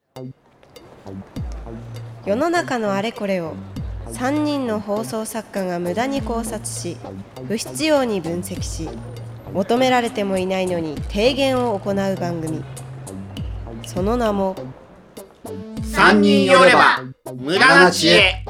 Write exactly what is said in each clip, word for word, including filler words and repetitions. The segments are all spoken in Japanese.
世の中のあれこれをさんにんの放送作家が無駄に考察し、不必要に分析し、求められてもいないのに提言を行う番組。その名もさんにん寄れば無駄な知恵。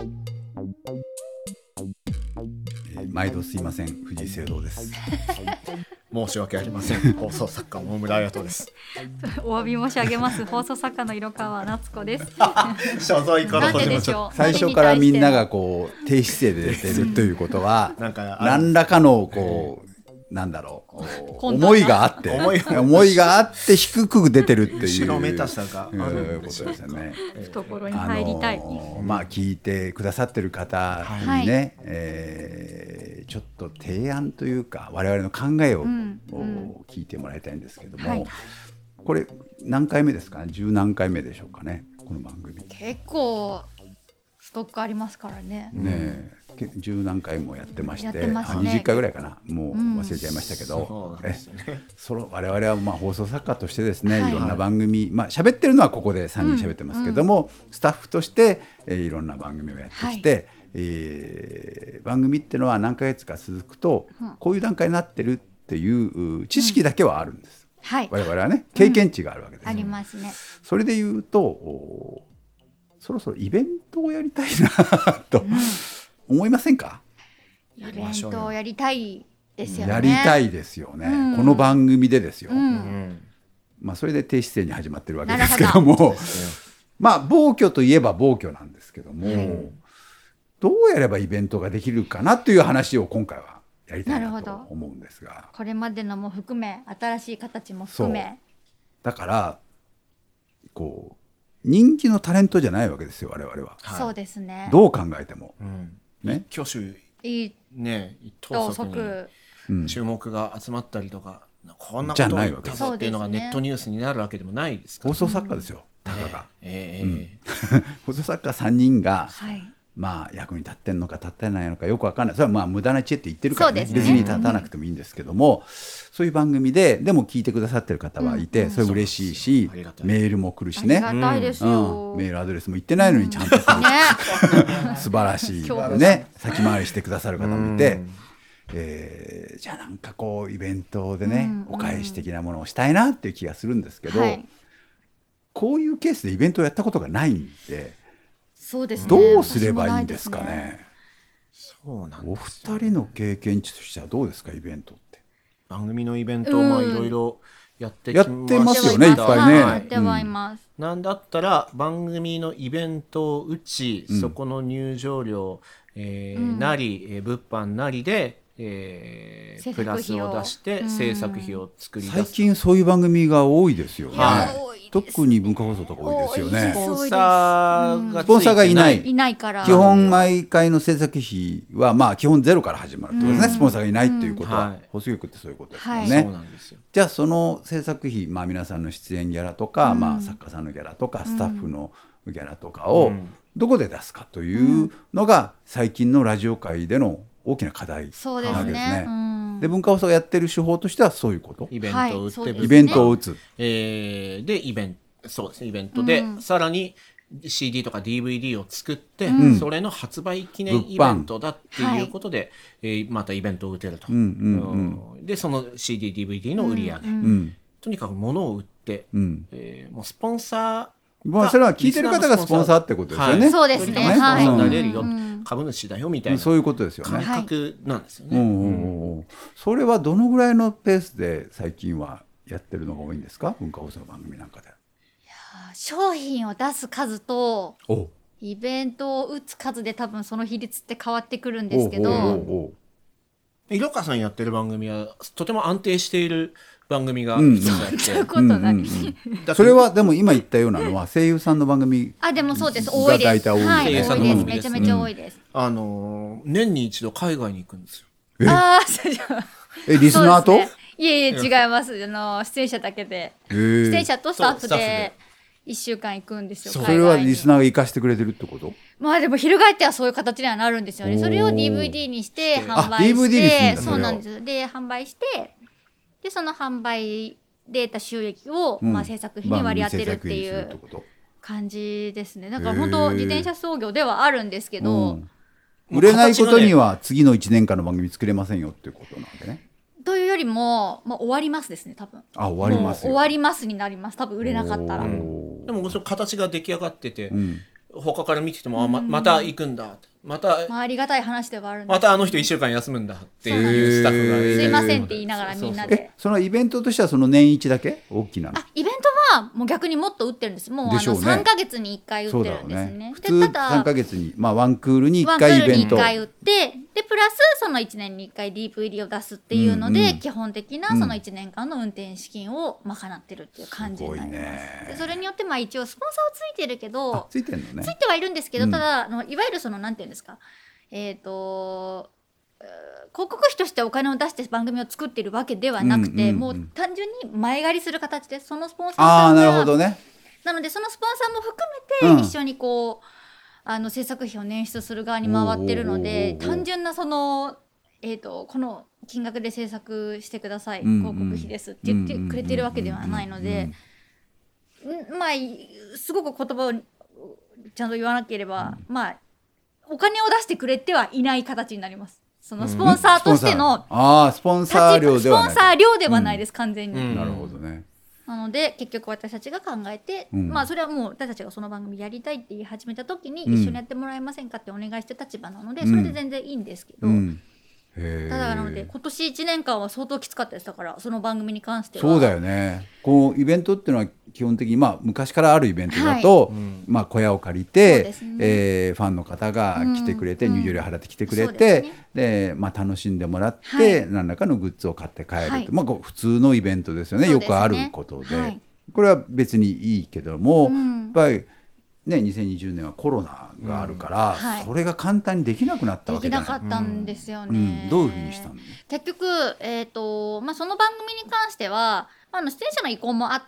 毎度すいません、藤井聖堂です申し訳ありません、放送作家の大村彩人ですお詫び申し上げます。放送作家の色川夏子です謝罪からなんででしょう。 最初からみんながこう低姿勢で出てるということはなんか何らかのこうなんだろう思いがあって思いが思いがあって低く出てるっていう後ろめたさがあるんことですよね。 懐に入りたい、 あのー、まあ聞いてくださってる方にね、はいえー、ちょっと提案というか我々の考えを、うんうん、聞いてもらいたいんですけども、はい、これ何回目ですかね。十何回目でしょうかね、この番組。 結構ストックありますからね。 ねえ十何回もやってまして、 ね、 にじゅっかいぐらいかな、もう忘れちゃいましたけど、うん、えその我々はまあ放送作家としてですね、はい、いろんな番組、まあ喋ってるのはここでさんにん喋ってますけども、うんうん、スタッフとして、えー、いろんな番組をやってきて、はいえー、番組っていうのは何ヶ月か続くと、うん、こういう段階になってるっていう知識だけはあるんです、うんはい、我々はね経験値があるわけです、 うん、ありますね。 それでいうとそろそろイベントをやりたいなと、うん思いませんか。 イベントをやりたいですよね。 やりたいですよね、うん、この番組でですよ、うんまあ、それで低姿勢に始まってるわけですけどもどまあ暴挙といえば暴挙なんですけども、うん、どうやればイベントができるかなという話を今回はやりたいなと思うんですが、 これまでのも含め新しい形も含めだからこう人気のタレントじゃないわけですよ我々は、 はい、そうですね。 どう考えても、 うんね、 一挙手一ね一投足に注目が集まったりとか、うん、こんなことを言ったぞっていうのがネットニュースになるわけでもないですから、 放送作家ですよ、たかが、 えーえーうん、放送作家さんにんが、 はいまあ、役に立ってんのか立ってないのかよく分かんない。それはまあ無駄な知恵って言ってるから、ねね、 別に立たなくてもいいんですけども、うん、そういう番組ででも聞いてくださってる方はいて、うん、それ嬉しいし、メールも来るしね、 ありがたいですよ、 うん、メールアドレスも言ってないのにちゃんと来る、うん、素晴らしい、ね、先回りしてくださる方もいて、うんえー、じゃあなんかこうイベントでね、うん、お返し的なものをしたいなっていう気がするんですけど、はい、こういうケースでイベントをやったことがないんで、 そうですね、 どうすればいいんですかね。 ねそうなんですよ。 お二人の経験値としてはどうですか、イベントって。 番組のイベントをまあいろいろやってきました。 やってますよね、いっぱいね。 やってはいます、 うん、なんだったら番組のイベントを打ち、うん、そこの入場料、えーうん、なり、えー、物販なりで、えー、プラスを出して制作費を作り出す。 最近そういう番組が多いですよね。はい特に文化放送とか多いですよね。 スポンサーがスポンサーがいない。 いないから基本毎回の制作費はまあ基本ゼロから始まるってことですね。うん、スポンサーがいないっていうことは、うん、放送局ってそういうことですよね。はい、そうなんですよ。じゃあその制作費、まあ皆さんの出演ギャラとか、うん、まあ作家さんのギャラとか、スタッフのギャラとかをどこで出すかというのが最近のラジオ界での大きな課題なわけですね。そうですね。うんで文化放送がやってる手法としてはそういうこと。 イベントを打って、はい、 イベントを打つ。 えー、でイベントそうですねイベントで、うん、さらに シーディー とか ディーブイディー を作って、うん、それの発売記念イベントだっていうことで、はいえー、またイベントを打てると、うんうんうん、でその シーディー、ディーブイディー の売り上げ、うんうん、とにかく物を売って、うんえー、もうスポンサーまあ、それは聞いてる方がスポンサーってことですよね。 はい、そうですね。 スポンサーになれるよ、はい、株主だよみたいな、 そういうことですよね。 感覚なんですよね。 うんうんうん、それはどのぐらいのペースで最近はやってるのが多いんですか、文化放送の番組なんかで。いや商品を出す数とイベントを打つ数で多分その比率って変わってくるんですけど、おうおうおう色川さんやってる番組はとても安定している番組が一つあって、 そういうことない、うんうんうん、それはでも今言ったようなのは声優さんの番組あでもそうです多いです、はい、多いですめちゃめちゃ多いです、 うん、あの年に一度海外に行くんですよ。 えあそうじゃえリスナーと、 ね、いえいえ違いますあの出演者だけで出演者とスタッフでいっしゅうかん行くんですよ。 それはリスナーが生かしてくれてるってこと？ まあでも翻ってはそういう形にはなるんですよね。それを ディーブイディー にして販売してそうなんですで販売してでその販売で得た収益を、うんまあ、制作費に割り当てるっていう感じですね。だから本当自転車操業ではあるんですけど、 うん、売れないことには次のいちねんかんの番組作れませんよっていうことなんでね。 というよりも、まあ、終わりますですね多分。 あ、終わりますよ。 終わりますになります多分売れなかったら。でもその形が出来上がってて、うん、他から見てても、あ ま, また行くんだまた、 まあ、ありがたい話ではあるんです。 またあの人いっしゅうかん休むんだっていうスタッフが、 すいませんって言いながらみんなで。 えそのイベントとしてはその年一だけ大きなの？ あイベントはもう逆にもっと打ってるんです。もうあのさんかげつにいっかい打ってるんですね。ね普通さんかげつに、まあ、ワンクールにいっかいイベントワンクールにいっかい打ってでプラスそのいちねんにいっかい ディーブイディー を出すっていうので、うんうん、基本的なそのいちねんかんの運転資金を賄ってるっていう感じになります。すごいね。でそれによってまあ一応スポンサーはついてるけどついてんのね。 ついてはいるんですけど、うん、ただあのいわゆるそのなんていうんですかえーと広告費としてお金を出して番組を作っているわけではなくて、うんうんうん、もう単純に前借りする形でそのスポンサーさんがあーなるほどね。 なのでそのスポンサーも含めて一緒にこう、うん、あの制作費を捻出する側に回ってるので単純なその、えーとこの金額で制作してください、うんうん、広告費ですって言ってくれてるわけではないので、うん、まあすごく言葉をちゃんと言わなければ、うん、まあお金を出してくれてはいない形になります。そのスポンサーとしての、うん、 あスポンサー料ではない。 スポンサー料ではないです、うん、完全に、 うん、なるほどね。 なので結局私たちが考えて、うん、まあそれはもう私たちがその番組やりたいって言い始めた時に一緒にやってもらえませんかってお願いしてる立場なので、それで全然いいんですけど、うんうんただなので今年いちねんかんは相当きつかったです。だからその番組に関してはそうだよね。こうイベントっていうのは基本的に、まあ、昔からあるイベントだと、はいまあ、小屋を借りて、ねえー、ファンの方が来てくれて、うん、入場料払って来てくれて、うんで、ねでまあ、楽しんでもらって、はい、何らかのグッズを買って帰る、はいまあ、普通のイベントですよ ね, よくあることで、はい、これは別にいいけども、うん、やっぱりね、にせんにじゅうねんはコロナがあるから、うんはい、それが簡単にできなくなったわけじゃない。 できなかったんですよね、 うん、どういうふうにしたの？ 結局、えーとまあ、その番組に関してはあの出演者の意向もあって、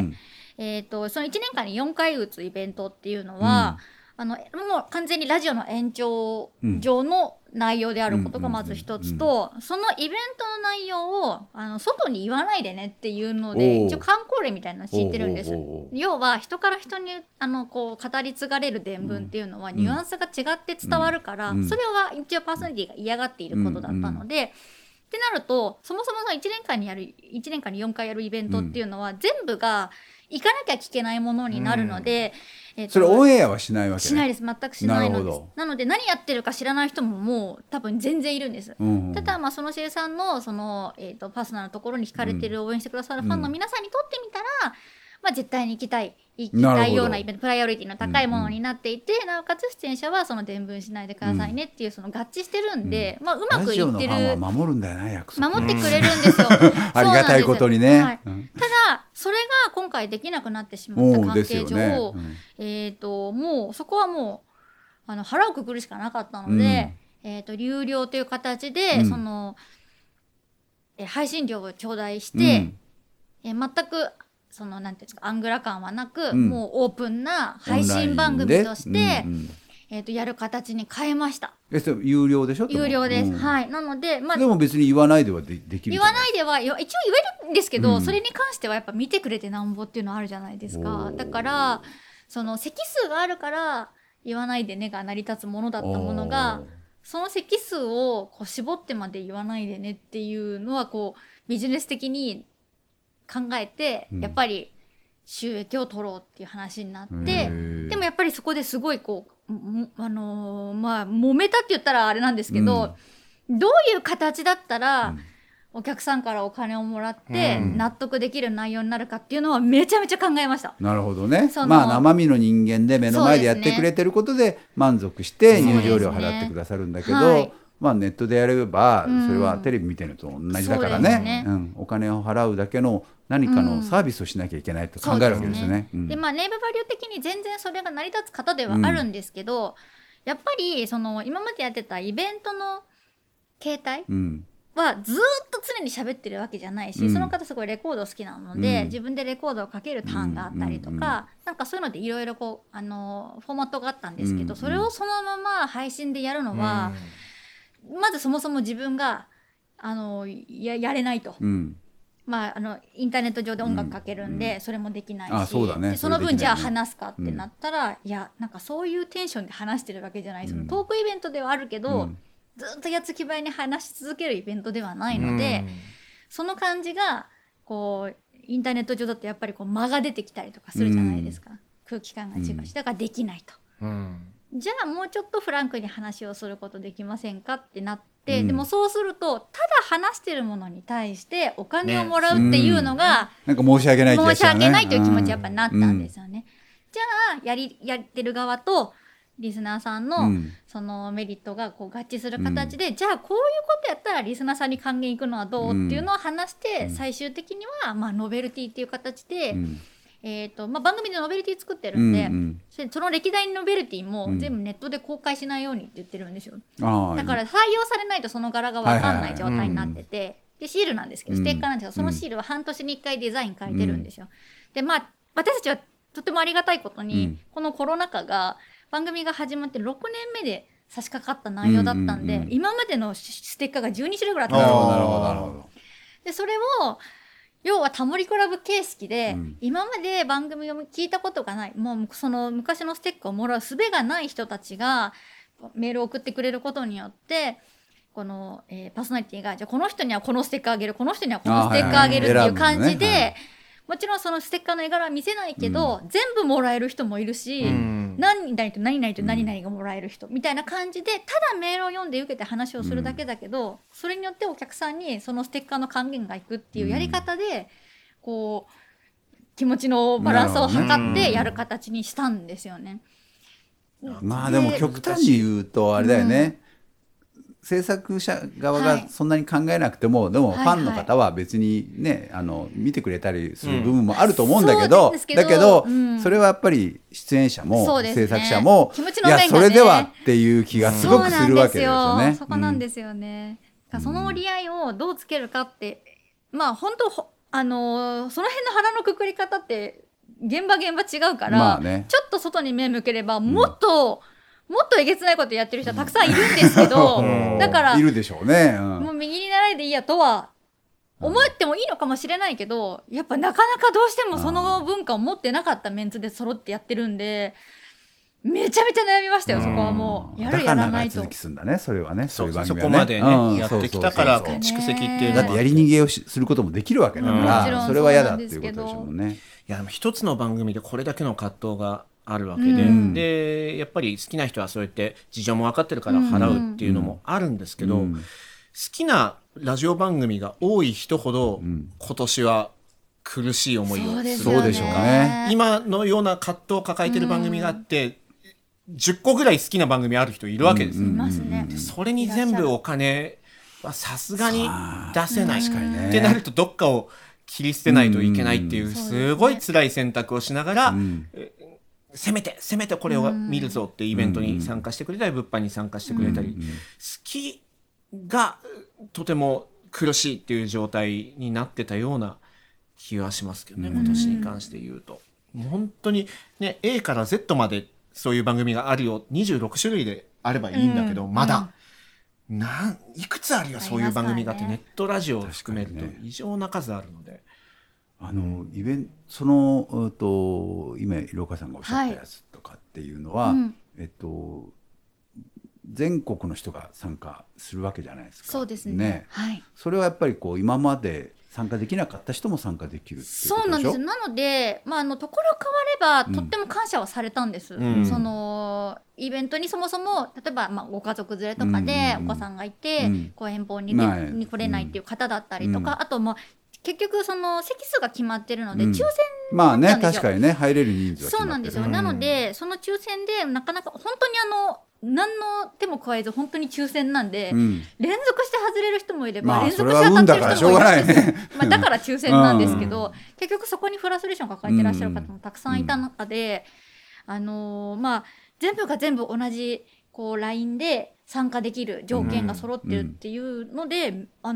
うんえーと、そのいちねんかんによんかい打つイベントっていうのは、うん、あのもう完全にラジオの延長上の内容であることがまず一つと、そのイベントの内容をあの外に言わないでねっていうので一応観光令みたいなのを敷いてるんです。要は人から人にあのこう語り継がれる伝聞っていうのはニュアンスが違って伝わるから、うん、それは一応パーソナリティが嫌がっていることだったので、うんうんってなるとそもそもいちねんかんにやるいちねんかんによんかいやるイベントっていうのは、うん、全部が行かなきゃ聞けないものになるので、 うんえー、とそれオンエアはしないわけね。 しないです。全くしないのです。なので何やってるか知らない人ももう多分全然いるんです、うんうん、ただまあその生産の、その、えー、とパーソナルのところに惹かれてる、うん、応援してくださるファンの皆さんにとってみたら、まあ、絶対に行きたい行きたいようなイベントプライオリティの高いものになっていて、うんうん、なおかつ出演者はその伝聞しないでくださいねっていう、その合致してるんで、うんまあ、うまくいってる。ラジオのファンは守るんだよな、約束守ってくれるんですよありがたいことにね、 はいうん、ただそれが今回できなくなってしまった関係上、ねうんえー、ともうそこはもうあの腹をくくるしかなかったので、うんえー、と有料という形で、うん、そのえ配信料を頂戴して、うんえ全くそのなんていうんですかアングラ感はなく、うん、もうオープンな配信番組として、うんうんえー、とやる形に変えました。 えそれ有料でしょ？ 有料です、うん、はい。なので、まあ、 でも別に言わないでは で, できる言わないでは一応言えるんですけど、うん、それに関してはやっぱ見てくれてなんぼっていうのはあるじゃないですか。だからその席数があるから言わないでねが成り立つものだったものが、その席数をこう絞ってまで言わないでねっていうのはこうビジネス的に考えて、うん、やっぱり収益を取ろうっていう話になって、でもやっぱりそこですごいこう、あのー、まあ揉めたって言ったらあれなんですけど、うん、どういう形だったら、うん、お客さんからお金をもらって納得できる内容になるかっていうのはめちゃめちゃ考えました。 なるほどね。まあ生身の人間で目の前でやってくれてることで満足して入場料払ってくださるんだけど、はい、まあ、ネットでやればそれはテレビ見てるのと同じだからね、うんねうん、お金を払うだけの何かのサービスをしなきゃいけないと考えるわけですよね。 うん、で、まあ、ネームバリュー的に全然それが成り立つ方ではあるんですけど、うん、やっぱりその今までやってたイベントの形態はずっと常に喋ってるわけじゃないし、うん、その方すごいレコード好きなので、うん、自分でレコードをかけるターンがあったりとか、うんうんうん、なんかそういうのでいろいろこうあのフォーマットがあったんですけど、うんうん、それをそのまま配信でやるのは、うんまずそもそも自分があの や, やれないと、うん、 まあ、あのインターネット上で音楽かけるんで、うん、それもできないし、 あそうだね、 でその分じゃあ話すかってなったら、うん、いやなんかそういうテンションで話してるわけじゃない、そのトークイベントではあるけど、うん、ずっとやつきばいに話し続けるイベントではないので、うん、その感じがこうインターネット上だとやっぱりこう間が出てきたりとかするじゃないですか、うん、空気感が違うし、だからできないと、うん、じゃあもうちょっとフランクに話をすることできませんかってなって、うん、でもそうするとただ話してるものに対してお金をもらうっていうのが、 ね、うん、なんか申し訳ない気がしたね、 申し訳ないという気持ちやっぱなったんですよね、うん、じゃあやりやってる側とリスナーさんの、うん、そのメリットがこう合致する形で、うん、じゃあこういうことやったらリスナーさんに還元いくのはどう、うん、っていうのを話して、うん、最終的には、まあ、ノベルティっていう形で、うん、えーとまあ、番組でノベルティ作ってるんで、うんうん、その歴代のノベルティも全部ネットで公開しないようにって言ってるんですよ、うん、だから採用されないとその柄が分かんない状態になってて、はいはいはい、でシールなんですけどステッカーなんですけど、うん、そのシールは半年にいっかいデザイン変えてるんですよ、うん、でまあ私たちはとてもありがたいことに、うん、このコロナ禍が番組が始まってろくねんめで差し掛かった内容だったんで、うんうんうん、今までのステッカーがじゅうにしゅるいぐらいあったんですよ。 なるほどなるほど。 でそれを要はタモリクラブ形式で、うん、今まで番組を聞いたことがない、もうその昔のステッカーをもらう術がない人たちがメールを送ってくれることによってこの、えー、パーソナリティがじゃあこの人にはこのステッカーあげる、この人にはこのステッカーあげるっていう感じで、もちろんそのステッカーの絵柄は見せないけど、うん、全部もらえる人もいるし、うん、何々と何々と何々がもらえる人、うん、みたいな感じでただメールを読んで受けて話をするだけだけど、うん、それによってお客さんにそのステッカーの還元がいくっていうやり方で、うん、こう気持ちのバランスを図ってやる形にしたんですよね。 まあでも極端に言うとあれだよね、うん、制作者側がそんなに考えなくても、はい、でもファンの方は別にね、あの見てくれたりする部分もあると思うんだけど、うん、だけど、うん、それはやっぱり出演者も、ね、制作者も、ね、いやそれではっていう気がすごくするわけですよね。 そこなんですよね、うん、その折り合いをどうつけるかって、まあ本当あのー、その辺の腹のくくり方って現場現場違うから、まあね、ちょっと外に目向ければもっと、うん、もっとえげつないことやってる人はたくさんいるんですけど、うん、だからいるでしょうね、うん、 もう右に習いでいいやとは思ってもいいのかもしれないけど、やっぱなかなかどうしてもその文化を持ってなかったメンツで揃ってやってるんで、めちゃめちゃ悩みましたよ、そこはもうやるやらないと。 だから長続きするんだね、それはね、そういう番組はね、そこまでね、うん、やってきたから蓄積っていうのは、 だってやり逃げをすることもできるわけだから、うん、それは嫌だっていうことでしょうね。 いやでも一つの番組でこれだけの葛藤があるわけで、うん、でやっぱり好きな人はそうやって事情も分かってるから払うっていうのもあるんですけど、うんうん、好きなラジオ番組が多い人ほど、うん、今年は苦しい思いをする。 そうでしょうね。 今のような葛藤を抱えてる番組があって、うんじゅっこぐらい好きな番組ある人いるわけですよ、うんうんうん、それに全部お金はさすがに出せないってなるとどっかを切り捨てないといけないっていうすごい辛い選択をしながら、うん、せめてせめてこれを見るぞってイベントに参加してくれたり物販に参加してくれたり、うんうん、好きがとても苦しいっていう状態になってたような気はしますけどね、今年に関して言うともう本当にね A から Z までそういう番組があるよにじゅうろくしゅるいであればいいんだけど、うん、まだ、うん、なんいくつあるよそういう番組がって、ね、ネットラジオを含めると異常な数あるので、ね、 あのイベントその、えっと、今色川さんがおっしゃったやつとかっていうのは、はいうんえっと、全国の人が参加するわけじゃないですか。 そうですね。 ねはい、それはやっぱりこう今まで参加できなかった人も参加できるっていうことでしょ。 そうなんです。なので、まあ、あのところ変われば、うん、とっても感謝はされたんです、うん、そのイベントにそもそも例えば、まあ、ご家族連れとかでお子さんがいて、うん、こう遠方に、ねまあ、に来れないっていう方だったりとか、うん、あともう結局その席数が決まってるので、うん、抽選まあね確かにね入れる人数は決まってる。 そうなんですよ、うん、なのでその抽選でなかなか本当にあの何の手も加えず本当に抽選なんで、うん、連続して外れる人もいれば、まあ、連続して当たってる人もいるんですよ、まあ、だから抽選なんですけど、うん、結局そこにフラストレーションを抱えてらっしゃる方もたくさんいた中で、うん、あのー、まあ全部が全部同じこう ライン で参加できる条件が揃ってるっていうので、うん、あの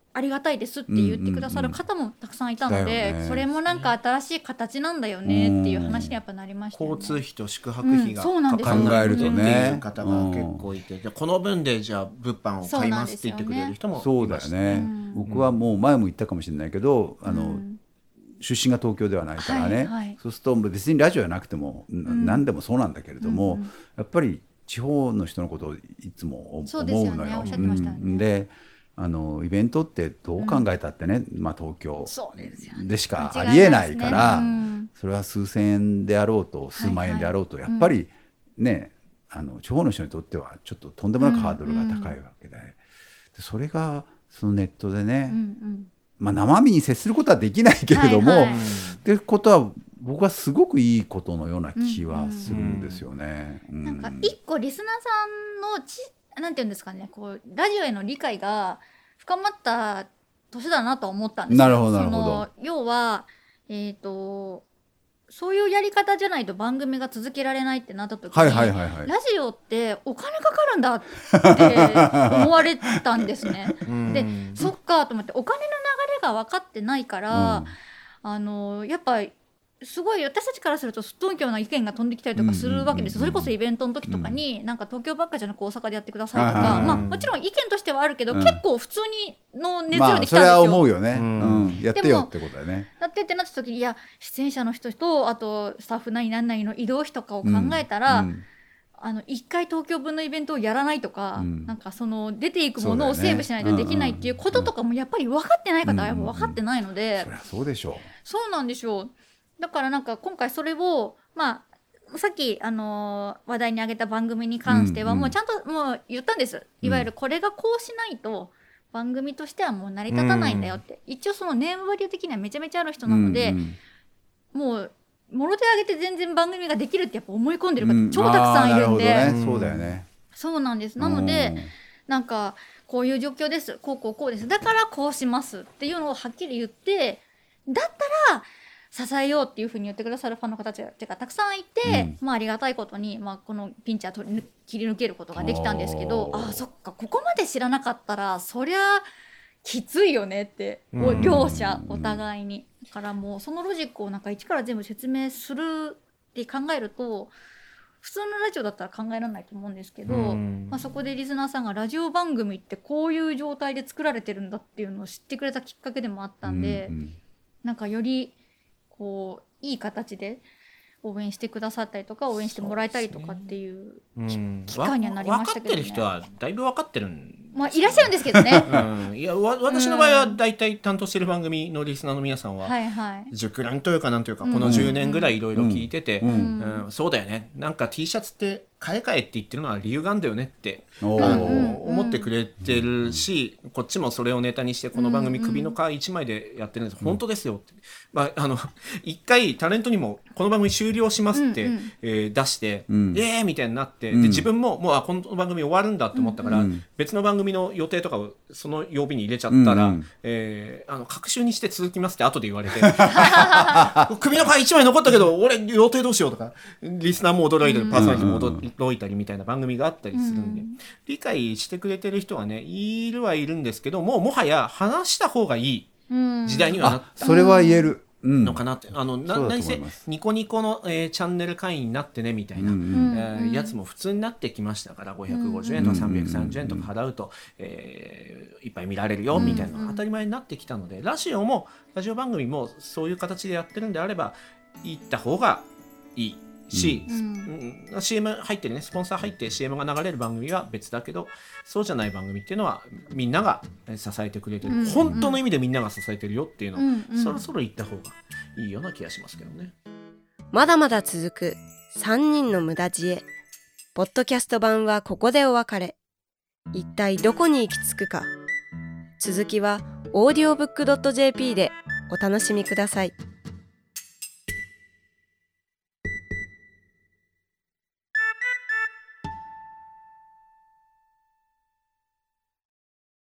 ありがたいですって言ってくださる方もたくさんいたので、うんうんうん、それもなんか新しい形なんだよねっていう話にやっぱなりましたよね。 交通費と宿泊費がかかるっていう方が結構いて、うん、この分でじゃあ物販を買いますって言ってくれる人もいました。 そうだよね、うん、僕はもう前も言ったかもしれないけど、あの、うん、出身が東京ではないからね、はいはい、そうすると別にラジオじゃなくても、うん、何でもそうなんだけれども、うん、やっぱり地方の人のことをいつも思うのよ。で、あのイベントってどう考えたってね、うん、まあ、東京でしかありえないから、ね、うん、それは数千円であろうと数万円であろうと、はいはい、やっぱりね、うん、あの地方の人にとってはちょっととんでもなくハードルが高いわけで、うんうん、でそれがそのネットでね、うんうん、まあ、生身に接することはできないけれども、はいはい、ってことは僕はすごくいいことのような気はするんですよね。 うんうん、なんか一個リスナーさんのちなんていうんですかね、こうラジオへの理解が深まった年だなと思ったんですよ。 なるほどなるほど。 その要は、えーと、そういうやり方じゃないと番組が続けられないってなった時に、はいはいはいはい、ラジオってお金かかるんだって思われたんですね。で、そっかと思って、お金の流れが分かってないから、うん、あのやっぱりすごい私たちからするとすっとんきょうな意見が飛んできたりとかするわけです、うんうんうん、それこそイベントの時とかに、うん、なんか東京ばっかじゃなく大阪でやってくださいとか、まあ、もちろん意見としてはあるけど、うん、結構普通にの熱量で来たんですよ、まあ、それは思うよね、うんうん、やってよってことだよね。 やってってなった時に、いや出演者の人とあとスタッフ何々々の移動費とかを考えたら、うんうん、あのいっかい東京分のイベントをやらないとか、うん、なんかその出ていくものをセーブしないとできないっていうこととかもやっぱり分かってない方はやっぱ分かってないので、 そりゃそうでしょう。 そうなんでしょう。だからなんか今回それを、まあ、さっき、あのー、話題に挙げた番組に関してはもうちゃんともう言ったんです、うん、いわゆるこれがこうしないと番組としてはもう成り立たないんだよって、うん、一応そのネームバリュー的にはめちゃめちゃある人なので、うんうん、もうもろ手挙げて全然番組ができるってやっぱ思い込んでる方、うん、超たくさんいるんで、 ね、そうだよね。 そうなんです。なので、うん、なんかこういう状況です、こうこうこうです、だからこうしますっていうのをはっきり言って、だったら支えようっていう風に言ってくださるファンの方たちがたくさんいて、うん、まあ、ありがたいことに、まあ、このピンチは取り切り抜けることができたんですけど、ああそっか、ここまで知らなかったらそりゃきついよねって、うん、両者お互いに。だからもうそのロジックをなんか一から全部説明するって考えると普通のラジオだったら考えられないと思うんですけど、うん、まあ、そこでリスナーさんがラジオ番組ってこういう状態で作られてるんだっていうのを知ってくれたきっかけでもあったんで、うんうん、なんかよりこういい形で応援してくださったりとか応援してもらえたりとかっていう、うん、機会にはなりましたけどね。 分かってる人はだいぶ分かってるんまあ、いらっしゃるんですけどね、 うん、いやわ私の場合は大体担当してる番組のリスナーの皆さんは、はいはい、熟練というかなんというか、このじゅうねんぐらいいろいろ聞いてて、うんうんうん、そうだよね、なんか T シャツって買え買えって言ってるのは理由があるんだよねってあの思ってくれてるし、こっちもそれをネタにしてこの番組首の皮一枚でやってるんです、うん、本当ですよって、まあ、あの一回タレントにもこの番組終了しますって、うんうん、えー、出して、うん、えーみたいになって、で自分ももうあこの番組終わるんだって思ったから、うん、別の番組の予定とかをその曜日に入れちゃったら、うん、えー、あの隔週にして続きますって後で言われて首の皮一枚残ったけど俺予定どうしようとかリスナーも驚いてる、パーソナリティも驚いたりみたいな番組があったりするんで、うん、理解してくれてる人はねいるはいるんですけど、もうもはや話した方がいい時代にはなった、 うん、それは言えるのかなって、あのな何せニコニコの、えー、チャンネル会員になってねみたいな、うんうん、えー、やつも普通になってきましたから、ごひゃくごじゅうえんとかさんびゃくさんじゅうえんとか払うと、えー、いっぱい見られるよみたいなのが当たり前になってきたので、ラジオもラジオ番組もそういう形でやってるんであれば行った方がいいし、うんうん、シーエム 入ってるね、スポンサー入って シーエム が流れる番組は別だけど、そうじゃない番組っていうのはみんなが支えてくれてる、うんうん、本当の意味でみんなが支えてるよっていうのを、うんうん、そろそろ言った方がいいような気がしますけどね。 まだまだ続くさんにんの無駄知恵。ポッドキャスト版はここでお別れ。一体どこに行き着くか。続きは オーディオブックドットジェーピー でお楽しみください。